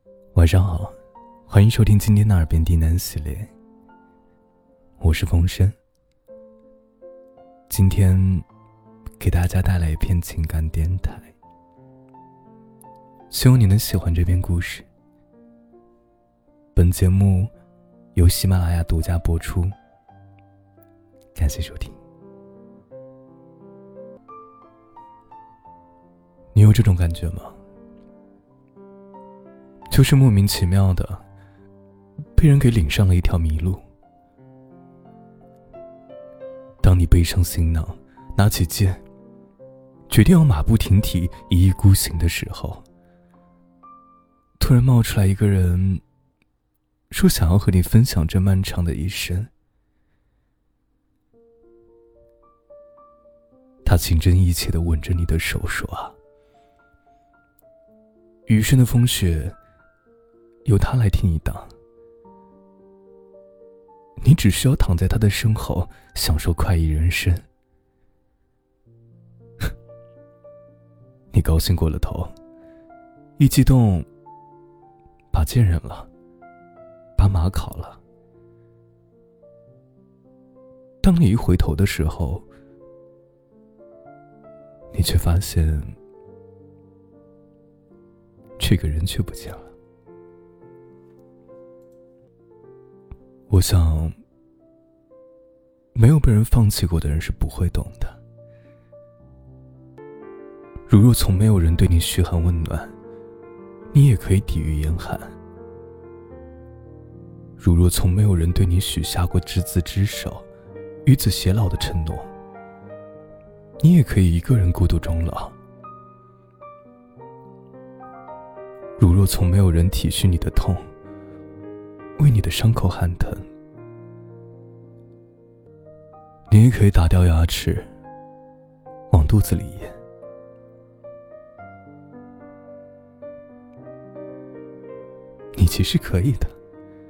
晚上好，欢迎收听今天的耳边低喃系列，我是风声。今天给大家带来一篇情感电台，希望你能喜欢这篇故事。本节目由喜马拉雅独家播出，感谢收听。你有这种感觉吗？就是莫名其妙的被人给领上了一条迷路。当你背上行囊，拿起剑，决定要马不停蹄一意孤行的时候，突然冒出来一个人，说想要和你分享这漫长的一生。他情真意切地吻着你的手说啊，余生的风雪由他来替你挡，你只需要躺在他的身后，享受快意人生。你高兴过了头，一激动把剑扔了，把马烤了。当你一回头的时候，你却发现这个人却不见了。我想，没有被人放弃过的人是不会懂的。如若从没有人对你嘘寒问暖，你也可以抵御严寒；如若从没有人对你许下过执子之手、与子偕老的承诺，你也可以一个人孤独终老。如若从没有人体恤你的痛，为你的伤口喊疼，你也可以打掉牙齿，往肚子里咽。你其实可以的，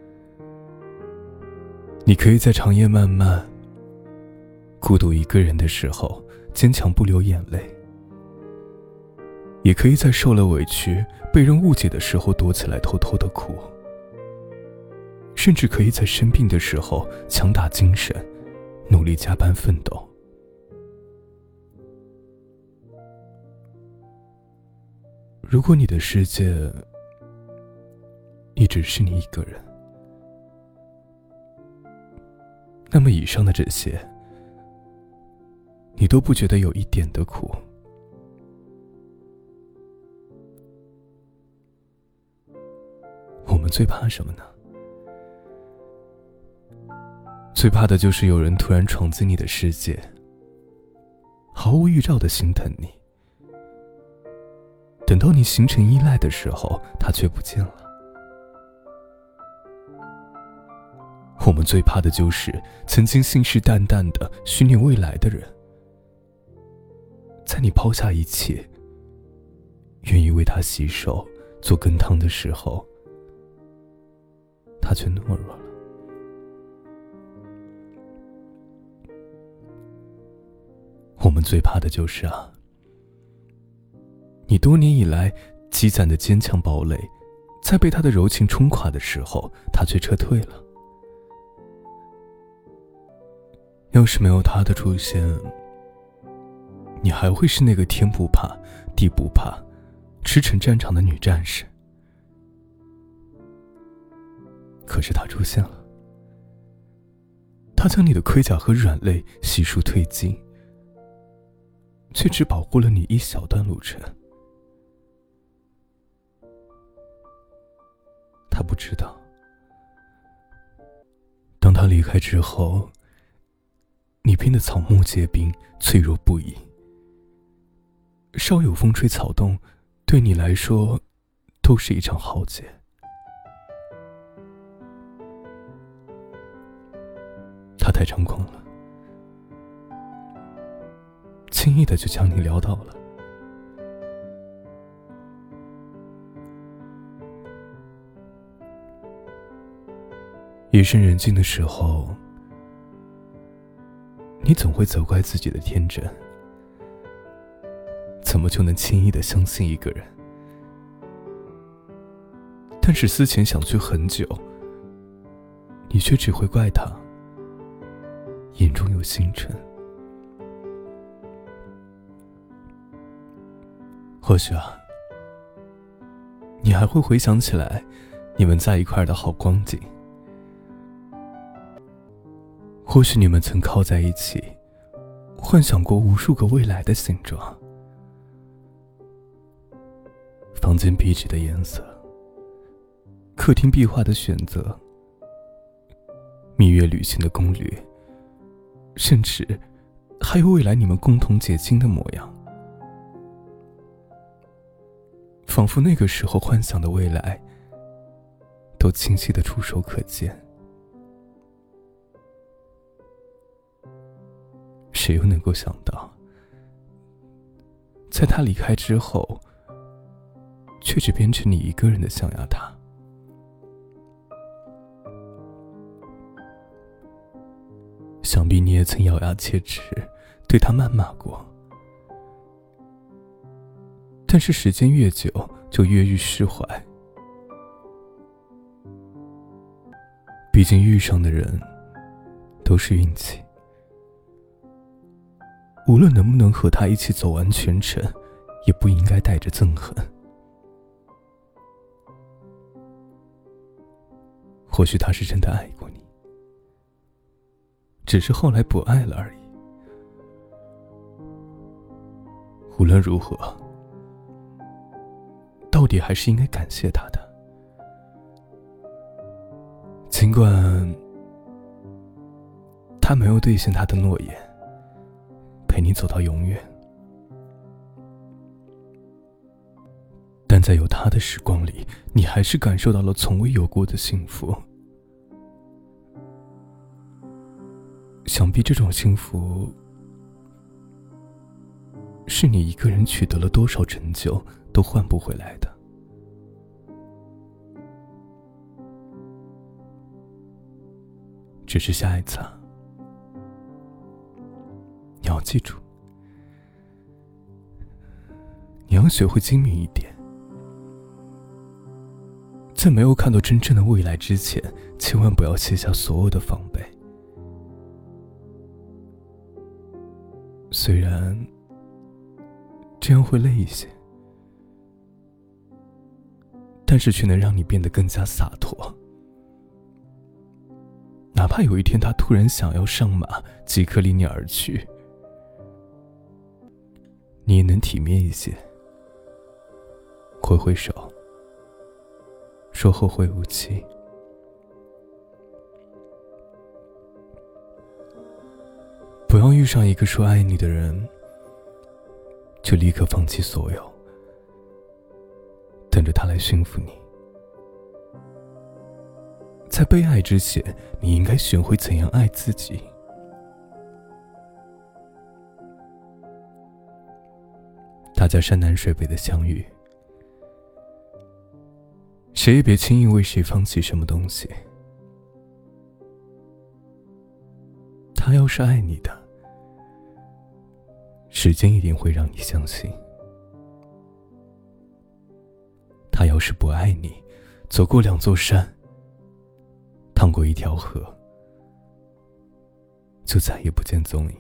你可以在长夜漫漫、孤独一个人的时候坚强不流眼泪，也可以在受了委屈、被人误解的时候躲起来偷偷的哭，甚至可以在生病的时候强打精神，努力加班奋斗。如果你的世界一直是你一个人，那么以上的这些你都不觉得有一点的苦。我们最怕什么呢？最怕的就是有人突然闯进你的世界，毫无预兆的心疼你，等到你形成依赖的时候，他却不见了。我们最怕的就是曾经信誓旦旦的许你未来的人，在你抛下一切，愿意为他洗手做羹汤的时候，他却懦弱了。我们最怕的就是你多年以来积攒的坚强堡垒，在被他的柔情冲垮的时候，他却撤退了。要是没有他的出现，你还会是那个天不怕地不怕、驰骋战场的女战士。可是他出现了，他将你的盔甲和软肋悉数褪尽，却只保护了你一小段路程。他不知道，当他离开之后，你变得草木皆兵，脆弱不已。稍有风吹草动，对你来说都是一场浩劫。他太猖狂了，轻易的就将你撂倒了。夜深人静的时候，你总会责怪自己的天真，怎么就能轻易地相信一个人？ 但是思前想去很久，你却只会怪他眼中有星辰。或许你还会回想起来你们在一块的好光景，或许你们曾靠在一起，幻想过无数个未来的形状。房间壁纸的颜色，客厅壁画的选择，蜜月旅行的攻略，甚至还有未来你们共同结晶的模样。仿佛那个时候幻想的未来都清晰的触手可见。谁又能够想到，在他离开之后，却只变成你一个人的象牙塔。想必你也曾咬牙切齿对他谩骂过，但是时间越久就越愈释怀。毕竟遇上的人都是运气，无论能不能和他一起走完全程，也不应该带着憎恨。或许他是真的爱过你，只是后来不爱了而已。无论如何，到底还是应该感谢他的。尽管他没有兑现他的诺言，陪你走到永远，但在有他的时光里，你还是感受到了从未有过的幸福。想必这种幸福，是你一个人取得了多少成就都换不回来的。只是下一次你要记住，你要学会精明一点。在没有看到真正的未来之前，千万不要卸下所有的防备。虽然这样会累一些，但是却能让你变得更加洒脱。哪怕有一天他突然想要上马，即刻离你而去，你也能体面一些，挥挥手，说后会无期。不要遇上一个说爱你的人，就立刻放弃所有，等着他来驯服你。在被爱之前，你应该学会怎样爱自己。大家山南水北的相遇，谁也别轻易为谁放弃什么东西。他要是爱你的，时间一定会让你相信。他要是不爱你，走过2座山，趟过1条河，就再也不见踪影。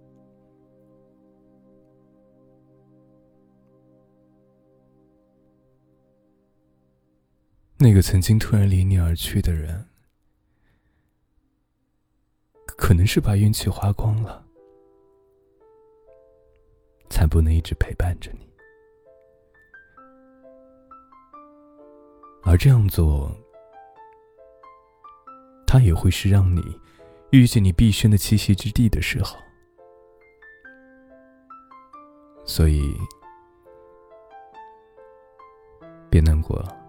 那个曾经突然离你而去的人，可能是把运气花光了，才不能一直陪伴着你。而这样做，它也会是让你遇见你毕生的栖息之地的时候。所以别难过了。